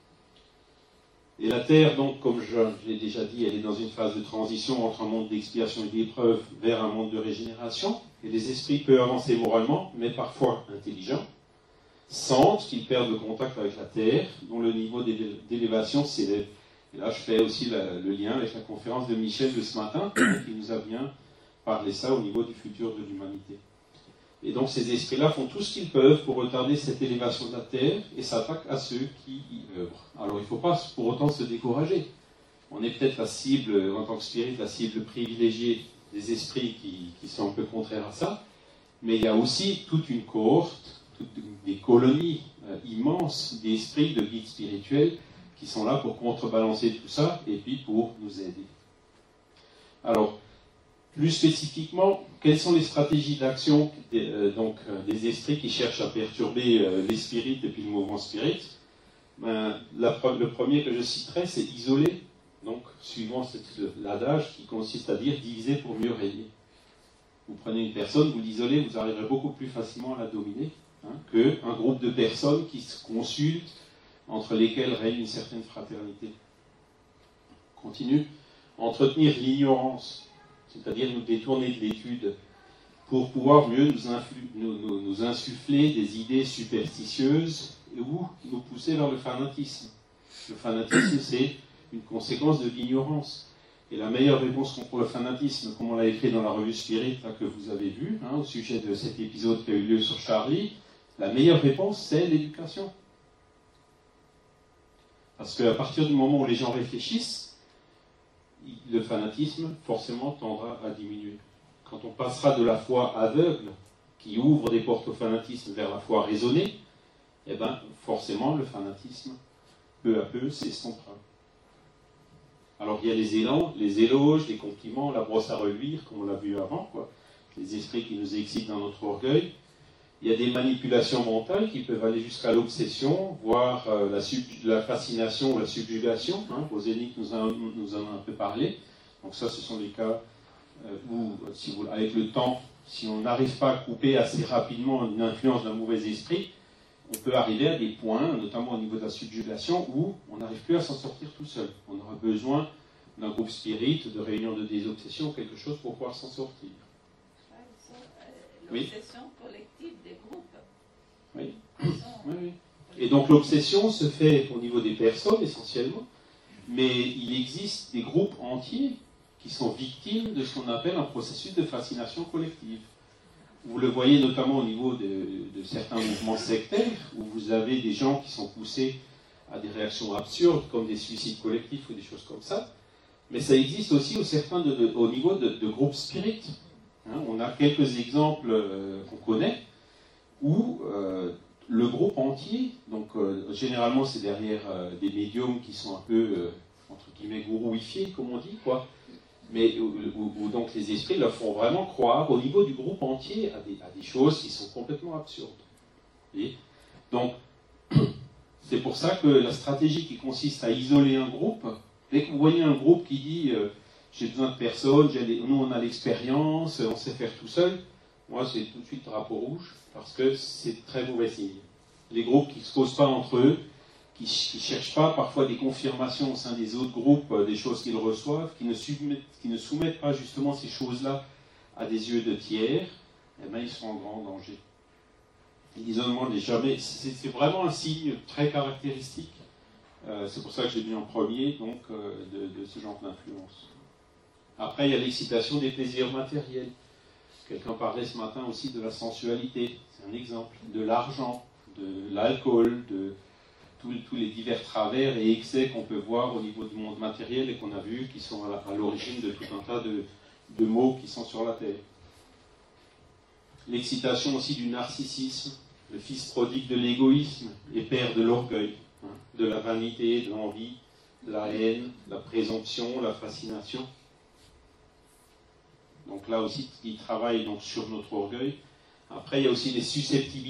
Et la Terre, donc, comme je l'ai déjà dit, elle est dans une phase de transition entre un monde d'expiation et d'épreuve vers un monde de régénération. Et les esprits peuvent avancer moralement, mais parfois intelligents, sentent qu'ils perdent le contact avec la Terre, dont le niveau d'élévation s'élève. Et là, je fais aussi le lien avec la conférence de Michel de ce matin, qui nous a bien parlé ça au niveau du futur de l'humanité. Et donc ces esprits-là font tout ce qu'ils peuvent pour retarder cette élévation de la Terre et s'attaquent à ceux qui y œuvrent. Alors il ne faut pas pour autant se décourager. On est peut-être la cible, en tant que spirit, la cible privilégiée des esprits qui sont un peu contraires à ça, mais il y a aussi toute une cohorte, des colonies immenses d'esprits, de guides spirituels qui sont là pour contrebalancer tout ça et puis pour nous aider. Alors, plus spécifiquement, quelles sont les stratégies d'action des esprits qui cherchent à perturber les spirites et puis le mouvement spirit? Le premier que je citerai, c'est isoler, donc suivant l'adage qui consiste à dire diviser pour mieux régner. Vous prenez une personne, vous l'isolez, vous arriverez beaucoup plus facilement à la dominer qu'un groupe de personnes qui se consultent, entre lesquelles règne une certaine fraternité. Continue. Entretenir l'ignorance, c'est-à-dire nous détourner de l'étude pour pouvoir mieux nous insuffler des idées superstitieuses ou nous pousser vers le fanatisme. Le fanatisme, c'est une conséquence de l'ignorance. Et la meilleure réponse contre le fanatisme, comme on l'a écrit dans la revue Spirit là, que vous avez vue, au sujet de cet épisode qui a eu lieu sur Charlie, la meilleure réponse, c'est l'éducation. Parce qu'à partir du moment où les gens réfléchissent, le fanatisme, forcément, tendra à diminuer. Quand on passera de la foi aveugle, qui ouvre des portes au fanatisme, vers la foi raisonnée, eh bien, forcément, le fanatisme, peu à peu, s'estompera. Alors, il y a les élans, les éloges, les compliments, la brosse à reluire, comme on l'a vu avant, quoi. Les esprits qui nous excitent dans notre orgueil. Il y a des manipulations mentales qui peuvent aller jusqu'à l'obsession, voire la fascination ou la subjugation. Rosénick nous en a un peu parlé. Donc ça, ce sont des cas où, avec le temps, si on n'arrive pas à couper assez rapidement une influence d'un mauvais esprit, on peut arriver à des points, notamment au niveau de la subjugation, où on n'arrive plus à s'en sortir tout seul. On aura besoin d'un groupe spirit, de réunion de désobsession, quelque chose pour pouvoir s'en sortir. L'obsession collective des groupes. Oui. Oui. Et donc l'obsession se fait au niveau des personnes essentiellement, mais il existe des groupes entiers qui sont victimes de ce qu'on appelle un processus de fascination collective. Vous le voyez notamment au niveau de certains mouvements sectaires, où vous avez des gens qui sont poussés à des réactions absurdes, comme des suicides collectifs ou des choses comme ça, mais ça existe aussi au niveau de groupes spirites. On a quelques exemples qu'on connaît où le groupe entier, donc généralement c'est derrière des médiums qui sont un peu, entre guillemets, gourouifiés, comme on dit, quoi, mais où donc les esprits leur font vraiment croire au niveau du groupe entier à des choses qui sont complètement absurdes. Et donc, c'est pour ça que la stratégie qui consiste à isoler un groupe, dès que vous voyez un groupe qui dit j'ai besoin de personne, nous on a l'expérience, on sait faire tout seul, moi c'est tout de suite drapeau rouge, parce que c'est très mauvais signe. Les groupes qui ne se causent pas entre eux, qui ne cherchent pas parfois des confirmations au sein des autres groupes, des choses qu'ils reçoivent, qui ne soumettent pas justement ces choses-là à des yeux de tiers, eh bien ils sont en grand danger. L'isolement n'est jamais... C'est vraiment un signe très caractéristique. C'est pour ça que j'ai mis en premier donc, de ce genre d'influence. Après, il y a l'excitation des plaisirs matériels. Quelqu'un parlait ce matin aussi de la sensualité, c'est un exemple. De l'argent, de l'alcool, de tous les divers travers et excès qu'on peut voir au niveau du monde matériel et qu'on a vu qui sont à l'origine de tout un tas de maux qui sont sur la terre. L'excitation aussi du narcissisme, le fils prodigue de l'égoïsme et père de l'orgueil, de la vanité, de l'envie, de la haine, de la présomption, la fascination. Donc là aussi, il travaille donc sur notre orgueil. Après, il y a aussi les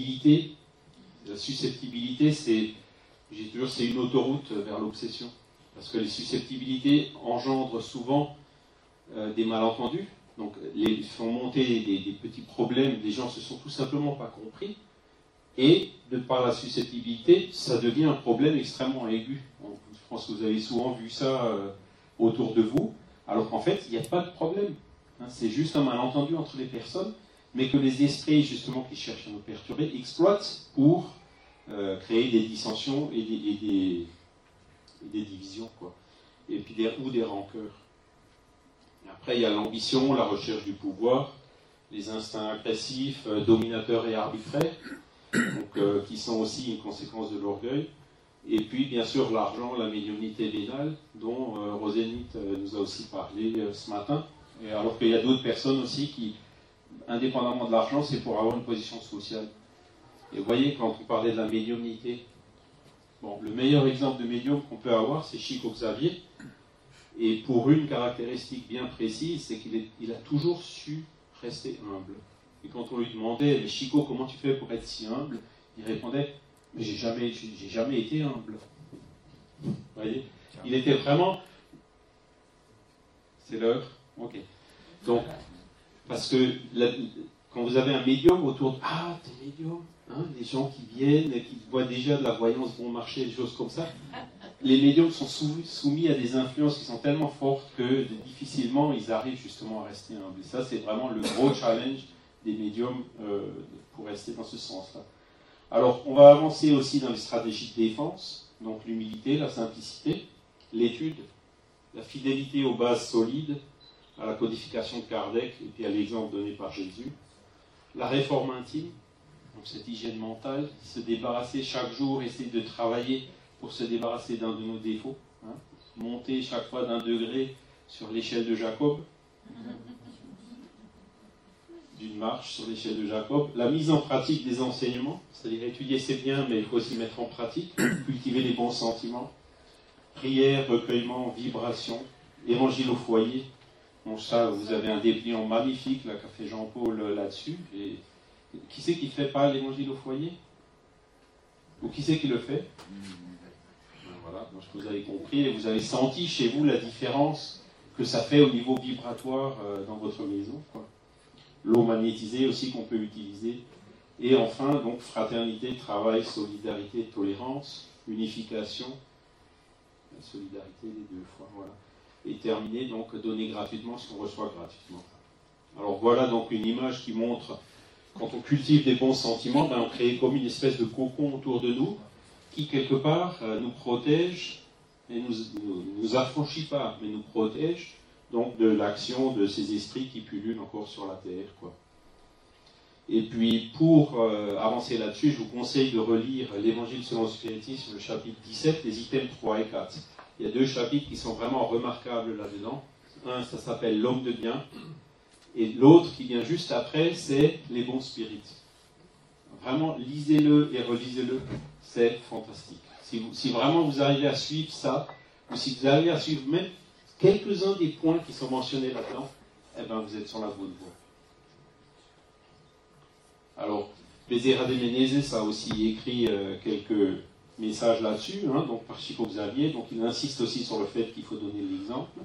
susceptibilités. La susceptibilité, c'est une autoroute vers l'obsession. Parce que les susceptibilités engendrent souvent des malentendus, donc font monter des petits problèmes, les gens se sont tout simplement pas compris, et de par la susceptibilité, ça devient un problème extrêmement aigu. Je pense que vous avez souvent vu ça autour de vous, alors qu'en fait, il n'y a pas de problème. C'est juste un malentendu entre les personnes, mais que les esprits, justement, qui cherchent à nous perturber, exploitent pour créer des dissensions et des divisions, quoi. Et puis ou des rancœurs. Et après, il y a l'ambition, la recherche du pouvoir, les instincts agressifs, dominateurs et arbitraires, donc, qui sont aussi une conséquence de l'orgueil. Et puis, bien sûr, l'argent, la médiumnité vénale, dont Rosénite nous a aussi parlé ce matin. Et alors qu'il y a d'autres personnes aussi qui, indépendamment de l'argent, c'est pour avoir une position sociale. Et vous voyez, quand on parlait de la médiumnité, bon, le meilleur exemple de médium qu'on peut avoir, c'est Chico Xavier. Et pour une caractéristique bien précise, c'est qu'il a toujours su rester humble. Et quand on lui demandait, mais Chico, comment tu fais pour être si humble? Il répondait, mais j'ai jamais été humble. Vous voyez? Il était vraiment... C'est l'heure? Ok. Donc, parce que quand vous avez un médium autour de... Ah, t'es médium, hein, les gens qui viennent et qui voient déjà de la voyance bon marché, des choses comme ça, les médiums sont soumis à des influences qui sont tellement fortes que difficilement ils arrivent justement à rester humbles. Et ça, c'est vraiment le gros challenge des médiums pour rester dans ce sens-là. Alors, on va avancer aussi dans les stratégies de défense, donc l'humilité, la simplicité, l'étude, la fidélité aux bases solides, à la codification de Kardec et puis à l'exemple donné par Jésus, la réforme intime, donc cette hygiène mentale, se débarrasser chaque jour, essayer de travailler pour se débarrasser d'un de nos défauts, hein, monter chaque fois d'un degré sur l'échelle de Jacob, d'une marche sur l'échelle de Jacob, la mise en pratique des enseignements, c'est-à-dire étudier c'est bien, mais il faut aussi mettre en pratique, cultiver les bons sentiments, prière, recueillement, vibration, évangile au foyer. Bon, ça, vous avez un dépliant magnifique là, qu'a fait Jean-Paul là-dessus. Et qui c'est qui ne fait pas l'évangile au foyer? Ou qui c'est qui le fait? Voilà, donc vous avez compris et vous avez senti chez vous la différence que ça fait au niveau vibratoire dans votre maison, quoi. L'eau magnétisée aussi qu'on peut utiliser. Et enfin, donc, fraternité, travail, solidarité, tolérance, unification, la solidarité les deux fois, voilà. Et terminer, donc, donner gratuitement ce qu'on reçoit gratuitement. Alors voilà donc une image qui montre, quand on cultive des bons sentiments, ben, on crée comme une espèce de cocon autour de nous, qui quelque part nous protège, et nous affranchit pas, mais nous protège, donc de l'action de ces esprits qui pullulent encore sur la terre, quoi. Et puis, pour avancer là-dessus, je vous conseille de relire l'Évangile selon le spiritisme, le chapitre 17, les items 3 et 4. Il y a deux chapitres qui sont vraiment remarquables là-dedans. Un, ça s'appelle L'homme de bien, et l'autre qui vient juste après, c'est Les bons spirites. Vraiment, lisez-le et relisez-le, c'est fantastique. Si vraiment vous arrivez à suivre ça, ou si vous arrivez à suivre même quelques-uns des points qui sont mentionnés là-dedans, eh bien, vous êtes sur la bonne voie. Alors, Bezerra de Menezes a aussi écrit quelques messages là-dessus, hein, donc par Chico Xavier, donc il insiste aussi sur le fait qu'il faut donner l'exemple.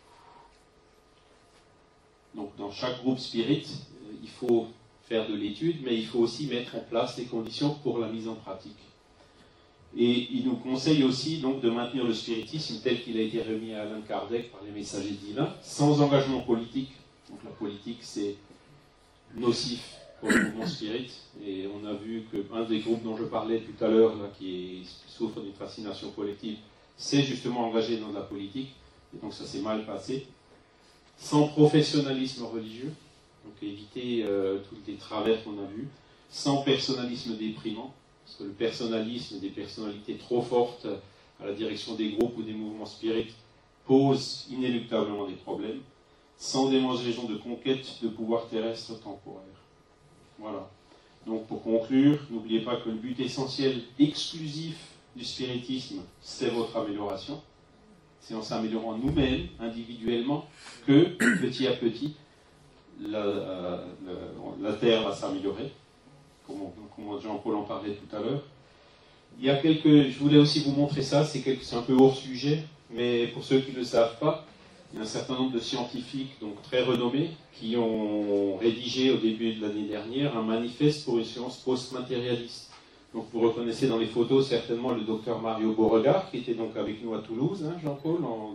Donc, dans chaque groupe spirit, il faut faire de l'étude, mais il faut aussi mettre en place les conditions pour la mise en pratique. Et il nous conseille aussi donc de maintenir le spiritisme tel qu'il a été remis à Allan Kardec par les messagers divins, sans engagement politique. Donc la politique, c'est nocif pour le mouvement spirit. Et on a vu qu'un des groupes dont je parlais tout à l'heure, qui souffre d'une fascination collective, s'est justement engagé dans la politique. Et donc ça s'est mal passé. Sans professionnalisme religieux, donc éviter tous les travers qu'on a vus. Sans personnalisme déprimant. Parce que le personnalisme des personnalités trop fortes à la direction des groupes ou des mouvements spirites pose inéluctablement des problèmes, sans démonstration de conquête de pouvoir terrestre temporaire. Voilà. Donc pour conclure, n'oubliez pas que le but essentiel, exclusif du spiritisme, c'est votre amélioration. C'est en s'améliorant nous-mêmes, individuellement, que petit à petit, la Terre va s'améliorer. Comme Jean-Paul en parlait tout à l'heure. Il y a je voulais aussi vous montrer ça, c'est un peu hors sujet, mais pour ceux qui ne le savent pas, il y a un certain nombre de scientifiques donc très renommés qui ont rédigé au début de l'année dernière un manifeste pour une science post-matérialiste. Donc vous reconnaissez dans les photos certainement le docteur Mario Beauregard, qui était donc avec nous à Toulouse, hein, Jean-Paul, en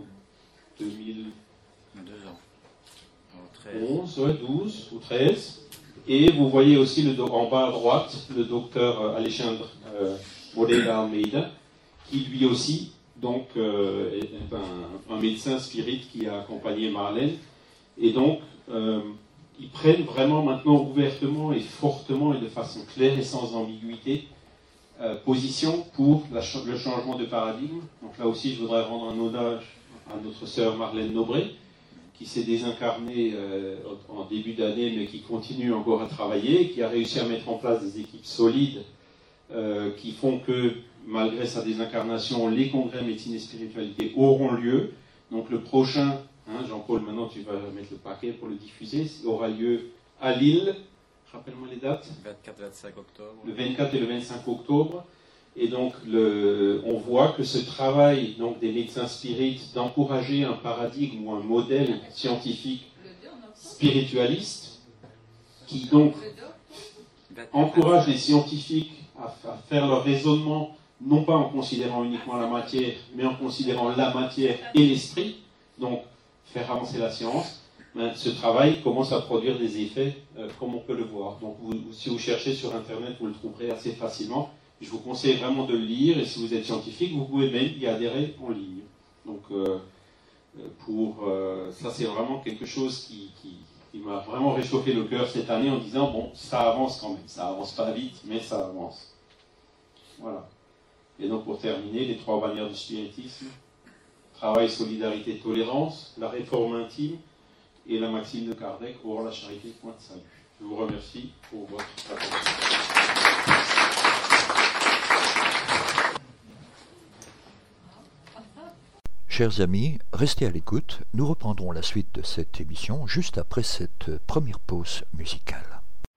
2011, 12 ou 13. Et vous voyez aussi en bas à droite le docteur Alexandre Moreira Almeida, qui lui aussi donc, est un médecin spirit qui a accompagné Marlène. Et donc, ils prennent vraiment maintenant ouvertement et fortement et de façon claire et sans ambiguïté position pour le changement de paradigme. Donc là aussi, je voudrais rendre un hommage à notre sœur Marlène Nobré, qui s'est désincarnée en début d'année, mais qui continue encore à travailler, qui a réussi à mettre en place des équipes solides qui font que, malgré sa désincarnation, les congrès médecine et spiritualité auront lieu. Donc le prochain, hein, Jean-Paul, maintenant tu vas mettre le paquet pour le diffuser, aura lieu à Lille. Rappelle-moi les dates. 24-25 octobre. Le 24 et le 25 octobre. Et donc, on voit que ce travail donc, des médecins spirites d'encourager un paradigme ou un modèle scientifique spiritualiste, qui donc encourage les scientifiques à faire leur raisonnement, non pas en considérant uniquement la matière, mais en considérant la matière et l'esprit, donc faire avancer la science. Ce travail commence à produire des effets comme on peut le voir. Donc si vous cherchez sur Internet, vous le trouverez assez facilement. Je vous conseille vraiment de le lire, et si vous êtes scientifique, vous pouvez même y adhérer en ligne. Donc ça, c'est vraiment quelque chose qui m'a vraiment réchauffé le cœur cette année en disant, bon, ça avance quand même. Ça avance pas vite, mais ça avance. Voilà. Et donc pour terminer, les 3 bannières du spiritisme: travail, solidarité, tolérance, la réforme intime, et la maxime de Kardec, or la charité, point de salut. Je vous remercie pour votre attention. Chers amis, restez à l'écoute, nous reprendrons la suite de cette émission juste après cette première pause musicale.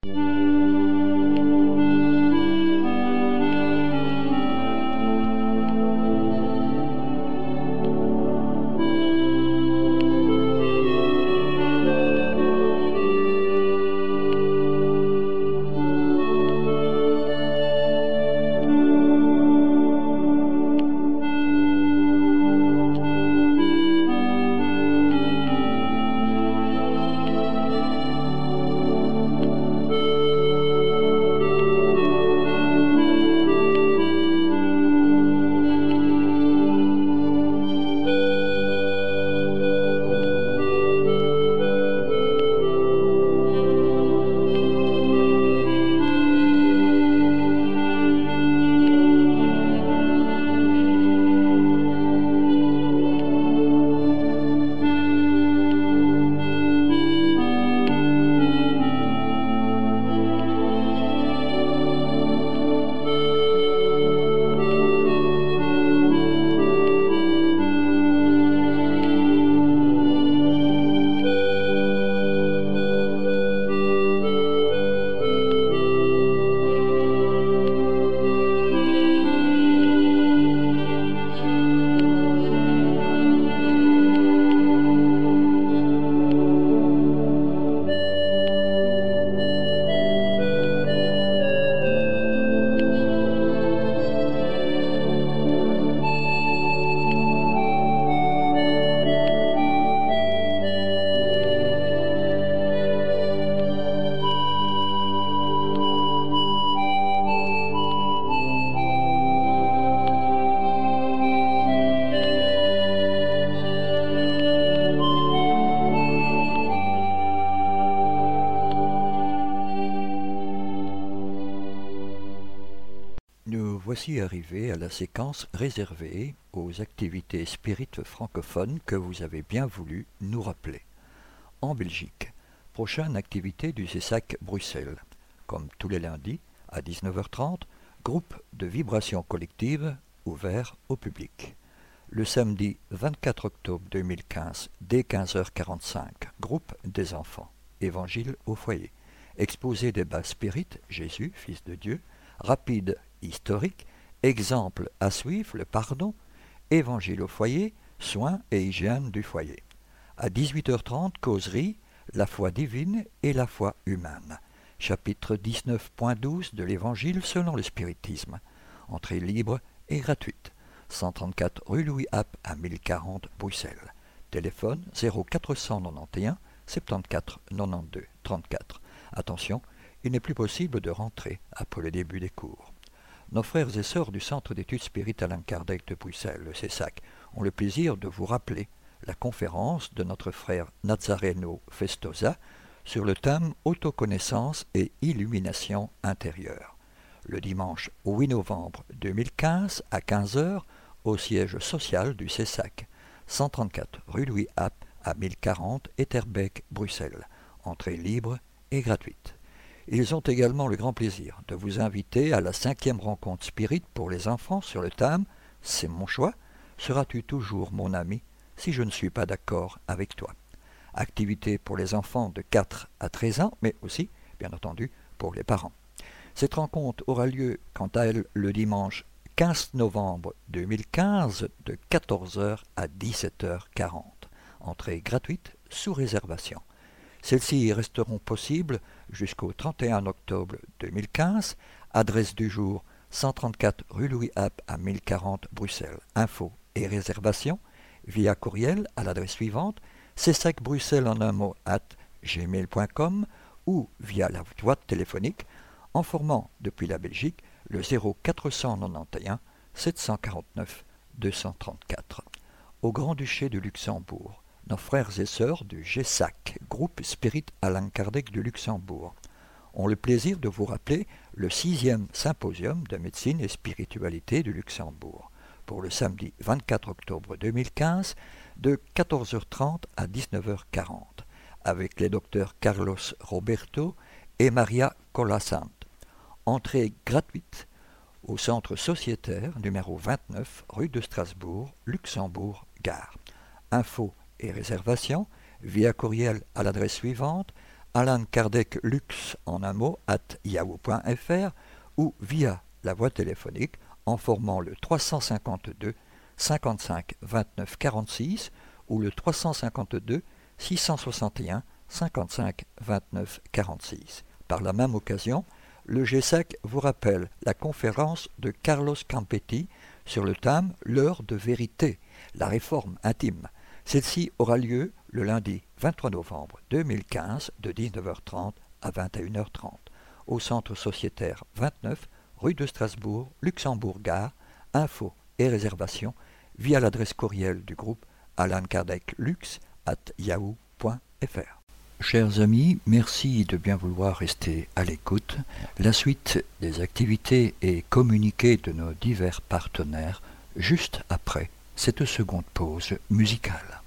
Voici arrivé à la séquence réservée aux activités spirites francophones que vous avez bien voulu nous rappeler. En Belgique, prochaine activité du CESAC Bruxelles. Comme tous les lundis, à 19h30, groupe de vibration collective ouvert au public. Le samedi 24 octobre 2015, dès 15h45, groupe des enfants. Évangile au foyer. Exposé des bas spirites, Jésus, Fils de Dieu, rapide historique, exemple à suivre, le pardon, évangile au foyer, soins et hygiène du foyer. À 18h30, causerie, la foi divine et la foi humaine. Chapitre 19.12 de l'Évangile selon le spiritisme. Entrée libre et gratuite. 134 rue Louis App à 1040 Bruxelles. Téléphone 0491 74 92 34. Attention, il n'est plus possible de rentrer après le début des cours. Nos frères et sœurs du Centre d'études spirites Allan Kardec de Bruxelles, le CESAC, ont le plaisir de vous rappeler la conférence de notre frère Nazareno Festosa sur le thème Autoconnaissance et illumination intérieure. Le dimanche 8 novembre 2015 à 15h au siège social du CESAC, 134 rue Louis App à 1040 Etterbeek, Bruxelles. Entrée libre et gratuite. Ils ont également le grand plaisir de vous inviter à la 5e rencontre spirit pour les enfants sur le thème « C'est mon choix, seras-tu toujours mon ami si je ne suis pas d'accord avec toi ?» Activité pour les enfants de 4 à 13 ans, mais aussi, bien entendu, pour les parents. Cette rencontre aura lieu, quant à elle, le dimanche 15 novembre 2015 de 14h à 17h40. Entrée gratuite sous réservation. Celles-ci resteront possibles jusqu'au 31 octobre 2015. Adresse du jour 134 rue Louis App à 1040 Bruxelles. Infos et réservations via courriel à l'adresse suivante cesacbruxelles en un mot @gmail.com ou via la boîte téléphonique en formant depuis la Belgique le 0491 749 234. Au Grand-Duché de Luxembourg, nos frères et sœurs du GESAC, groupe Spirit Allan Kardec de Luxembourg, ont le plaisir de vous rappeler le 6e symposium de médecine et spiritualité du Luxembourg pour le samedi 24 octobre 2015 de 14h30 à 19h40 avec les docteurs Carlos Roberto et Maria Colasant. Entrée gratuite au centre sociétaire numéro 29 rue de Strasbourg, Luxembourg, Gare. Infos et réservations via courriel à l'adresse suivante Allan Kardec Lux en un mot @yahoo.fr ou via la voie téléphonique en formant le 352 55 29 46 ou le 352 661 55 29 46. Par la même occasion, le GESAC vous rappelle la conférence de Carlos Campetti sur le thème « L'heure de vérité, la réforme intime ». Celle-ci aura lieu le lundi 23 novembre 2015 de 19h30 à 21h30 au centre sociétaire 29 rue de Strasbourg, Luxembourg-Gare. Infos et réservations via l'adresse courriel du groupe Allan Kardec Lux @yahoo.fr. Chers amis, merci de bien vouloir rester à l'écoute. La suite des activités et communiqués de nos divers partenaires juste après cette seconde pause musicale.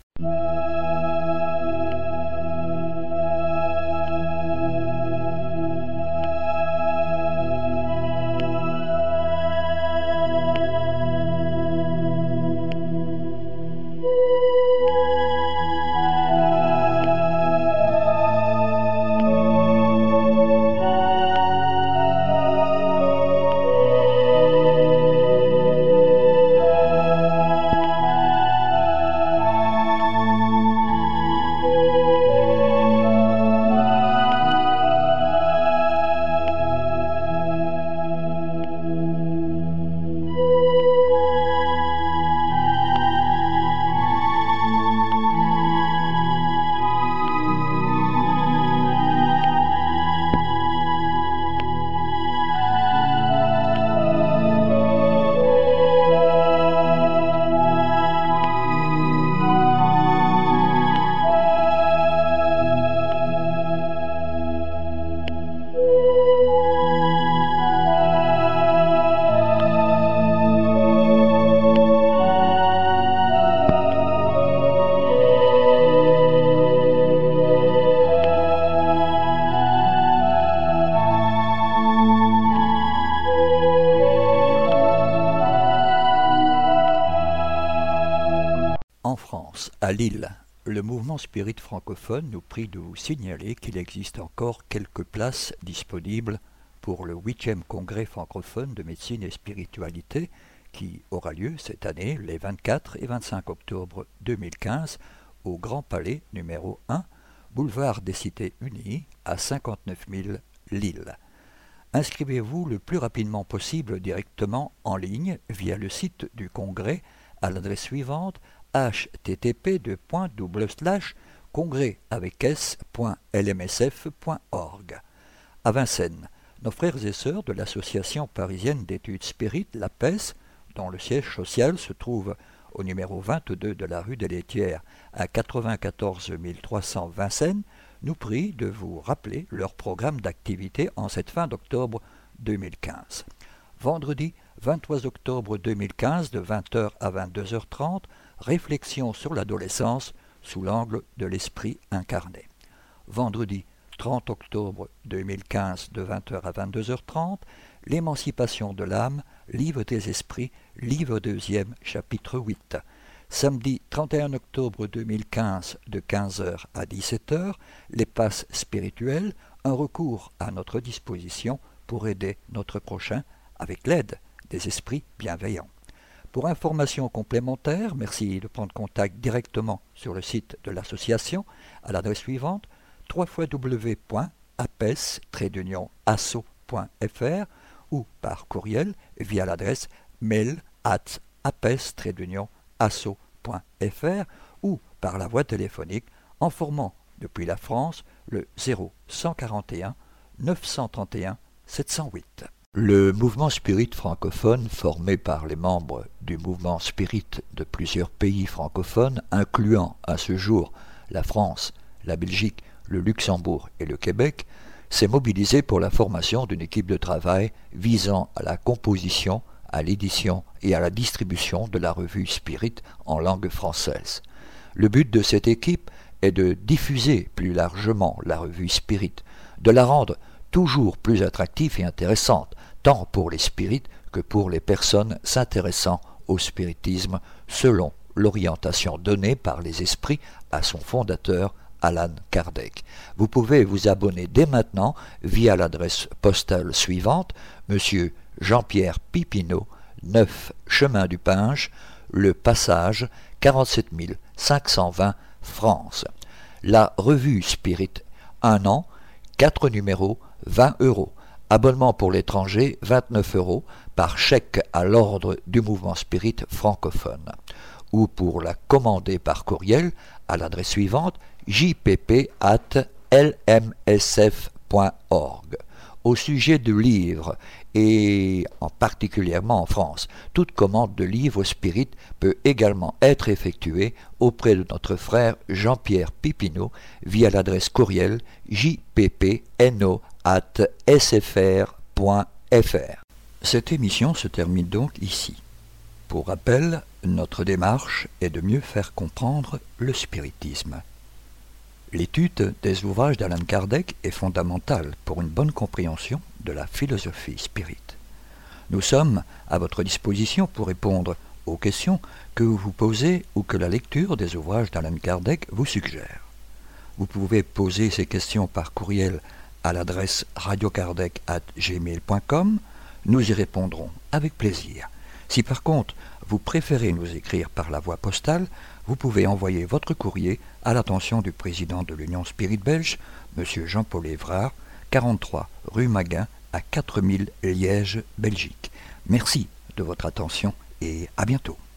En France, à Lille, le mouvement spirit francophone nous prie de vous signaler qu'il existe encore quelques places disponibles pour le 8e congrès francophone de médecine et spiritualité qui aura lieu cette année les 24 et 25 octobre 2015 au Grand Palais numéro 1, boulevard des Cités Unies à 59 000 Lille. Inscrivez-vous le plus rapidement possible directement en ligne via le site du congrès à l'adresse suivante http://congrès.lmsf.org. À Vincennes, nos frères et sœurs de l'association parisienne d'études spirites, la PES, dont le siège social se trouve au numéro 22 de la rue des Laitières à 94 300 Vincennes, nous prient de vous rappeler leur programme d'activité en cette fin d'octobre 2015. Vendredi 23 octobre 2015 de 20h à 22h30, réflexion sur l'adolescence sous l'angle de l'esprit incarné. Vendredi 30 octobre 2015 de 20h à 22h30, l'émancipation de l'âme, livre des esprits, livre 2e, chapitre 8. Samedi 31 octobre 2015 de 15h à 17h, les passes spirituelles, un recours à notre disposition pour aider notre prochain avec l'aide des esprits bienveillants. Pour informations complémentaires, merci de prendre contact directement sur le site de l'association à l'adresse suivante www.apes-asso.fr ou par courriel via l'adresse mail@apes-asso.fr ou par la voie téléphonique en formant depuis la France le 0141 931 708. Le mouvement spirit francophone, formé par les membres du mouvement spirit de plusieurs pays francophones, incluant à ce jour la France, la Belgique, le Luxembourg et le Québec, s'est mobilisé pour la formation d'une équipe de travail visant à la composition, à l'édition et à la distribution de la revue Spirit en langue française. Le but de cette équipe est de diffuser plus largement la revue Spirit, de la rendre toujours plus attractive et intéressante, tant pour les spirites que pour les personnes s'intéressant au spiritisme, selon l'orientation donnée par les esprits à son fondateur, Allan Kardec. Vous pouvez vous abonner dès maintenant via l'adresse postale suivante, Monsieur Jean-Pierre Pipineau, 9 Chemin du Pinge, Le Passage, 47 520, France. La revue Spirit, 1 an, 4 numéros, 20 €. Abonnement pour l'étranger, 29 € par chèque à l'ordre du mouvement spirit francophone. Ou pour la commander par courriel à l'adresse suivante, jpp@lmsf.org. Au sujet de livres, et en particulièrement en France, toute commande de livres spirit peut également être effectuée auprès de notre frère Jean-Pierre Pipineau via l'adresse courriel jppno@sfr.fr. Cette émission se termine donc ici. Pour rappel, notre démarche est de mieux faire comprendre le spiritisme. L'étude des ouvrages d'Allan Kardec est fondamentale pour une bonne compréhension de la philosophie spirit. Nous sommes à votre disposition pour répondre aux questions que vous vous posez ou que la lecture des ouvrages d'Allan Kardec vous suggère. Vous pouvez poser ces questions par courriel à l'adresse radiokardec@gmail.com. Nous y répondrons avec plaisir. Si par contre vous préférez nous écrire par la voie postale, vous pouvez envoyer votre courrier à l'attention du président de l'Union Spirit Belge, M. Jean-Paul Évrard, 43 rue Maguin à 4000 Liège, Belgique. Merci de votre attention et à bientôt.